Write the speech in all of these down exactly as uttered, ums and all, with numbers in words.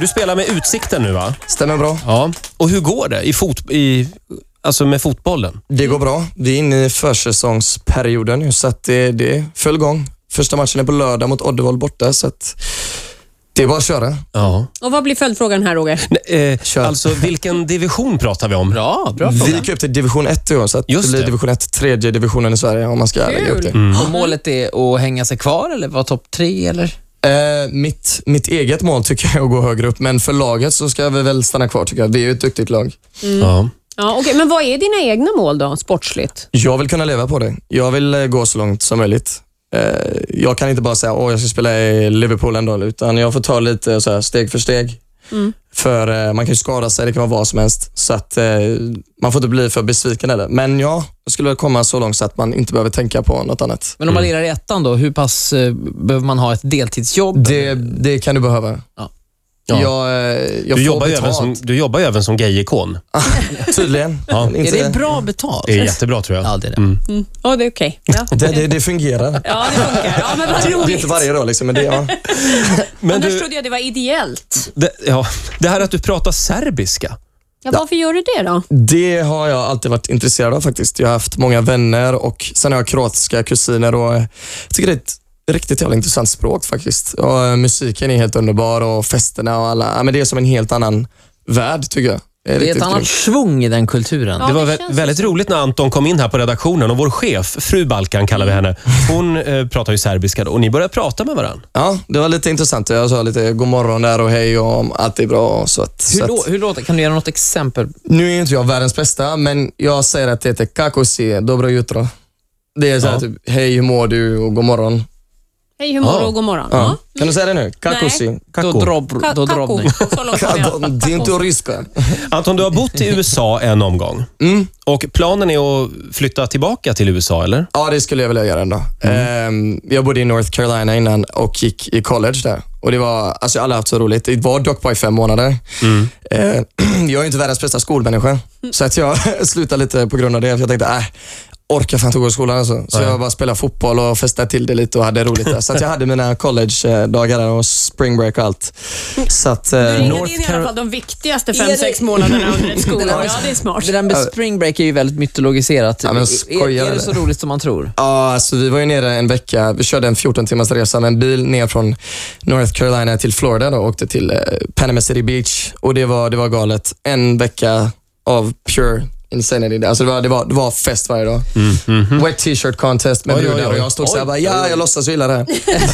Du spelar med Utsikten nu, va? Stämmer bra. Ja. Och hur går det i fot i alltså med fotbollen? Det går bra. Vi är inne i försäsongsperioden nu, så att det, det är full gång. Första matchen är på lördag mot Oddevold borta, så att det är bara att köra. Ja. Och vad blir följdfrågan här, Roger? Nej, eh, alltså, vilken division pratar vi om? Bra, bra Vi fråga. gick upp till division ett i år, så att det Just blir det. division ett, tredje divisionen i Sverige om man ska Kul. lägga upp det. Mm. Och målet är att hänga sig kvar eller vara topp tre eller? Eh, mitt, mitt eget mål tycker jag är att gå högre upp, men för laget så ska vi väl stanna kvar tycker jag. Vi är ju ett duktigt lag. Ja. Ja, okej. Men vad är dina egna mål då, sportsligt? Jag vill kunna leva på det. Jag vill eh, gå så långt som möjligt. Eh, jag kan inte bara säga att jag ska spela i Liverpool ändå, utan jag får ta lite så här, steg för steg. Mm. För eh, man kan ju skada sig, det kan vara vad som helst. Så att eh, man får inte bli för besviken eller. Men ja, jag skulle väl komma så långt så att man inte behöver tänka på något annat. Men om man lirar i ettan då, hur pass eh, behöver man ha ett deltidsjobb? Det, det kan du behöva. Ja. Ja. Jag, eh, jag Du, får jobbar ju även betalt. som, du jobbar ju även som gay-ikon. Tydligen. Ja. Inte Är det bra betalt? Det är jättebra, tror jag. Ja, det är det. Mm. Mm. Ja, det är okej. Ja. Det, det, det fungerar. ja, det funkar. Ja, men vad Det är roligt. inte varje dag liksom, men det ja. Men Annars du, trodde jag det var ideellt. det, ja, det här att du pratar serbiska. Ja, varför gör du det då? Det har jag alltid varit intresserad av faktiskt. Jag har haft många vänner och sen har jag kroatiska kusiner och jag tycker det är ett riktigt jävla intressant språk faktiskt. Och eh, musiken är helt underbar och festerna och alla. Ja, men det är som en helt annan värld tycker jag. Det är ett riktigt annat grymt. svung i den kulturen. Ja, Det var det vä- känns väldigt så. roligt när Anton kom in här på redaktionen och vår chef, fru Balkan kallar vi henne, hon eh, pratar ju serbiska då, och ni började prata med varandra. Ja, det var lite intressant. Jag sa lite god morgon där och hej och om allt är bra. Och så att, Hur, så lå- att, hur låter, kan du göra något exempel? nu är inte jag världens bästa, men jag säger att det heter kako si, dobro jutro. Det är så här Ja. typ, hej hur mår du och god morgon. Hej, hur mår du Ja. och god morgon? Ja. Kan du säga det nu? Kako Nej. si. Då Kako. drob, Ka- då kako. drobning. Så långt kom jag. Det är inte ryska. Anton, du har bott i U S A en omgång. Mm. Och planen är att flytta tillbaka till U S A, eller? Ja, det skulle jag vilja göra ändå. Mm. Jag bodde i North Carolina innan och gick i college där. Och det var, alltså jag har aldrig haft så roligt. Det var dock bara i fem månader. Mm. Eh, jag är inte världens bästa skolmänniska. Så att jag slutade lite på grund av det. För jag tänkte, äh, orkar fan inte gå i skolan alltså. Så Nej. jag bara spelade fotboll och festade till det lite och hade roligt där. Så att jag hade mina college-dagar där och spring break och allt. Så att... Eh, Du ringade North in i alla fall de viktigaste Är fem, det- sex månaderna under ett skolår. Ja, det är smart. Det där med spring break är ju väldigt mytologiserat. Ja, men är, skojar är det det? så roligt som man tror? Ja, alltså vi var ju nere en vecka. Vi körde en fjorton timmars resa med en bil ner från North Carolina till Florida då, och åkte till eh, Panama City Beach och det var, det var galet. En vecka av pure insanity. Alltså det var, det var, det var fest varje dag. Mm. Mm-hmm. Wet t-shirt contest med Oj, oj, brudar och oj. jag stod så här Oj, bara, oj, ja, oj. jag låtsas gilla det.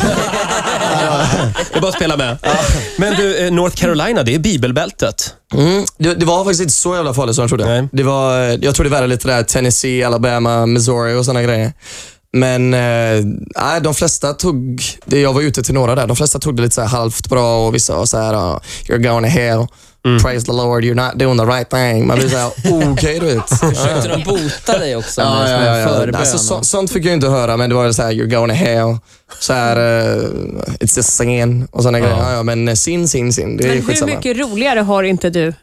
Det är bara att spela med. Men du, eh, North Carolina, det är bibelbältet. Mm, det, det var faktiskt inte så jävla farligt som jag trodde. Nej. Det var, jag trodde det var lite där Tennessee, Alabama, Missouri och såna grejer. Men eh, nej, de flesta tog, det, jag var ute till några där, de flesta tog det lite så här halvt bra och vissa var så här, uh, you're going to hell, Mm. praise the Lord, you're not doing the right thing. Man blir så här, okej okay, du vet. Försökte de bota dig också Ja, med, ja, med ja, ja. förbön? Alltså, och- så, sånt fick jag inte höra, men det var så här, you're going to hell. Så här, uh, it's a sin och såna grejer. Ja, ja, men sin, sin, sin. Det är Men hur skitsamma. mycket roligare har inte du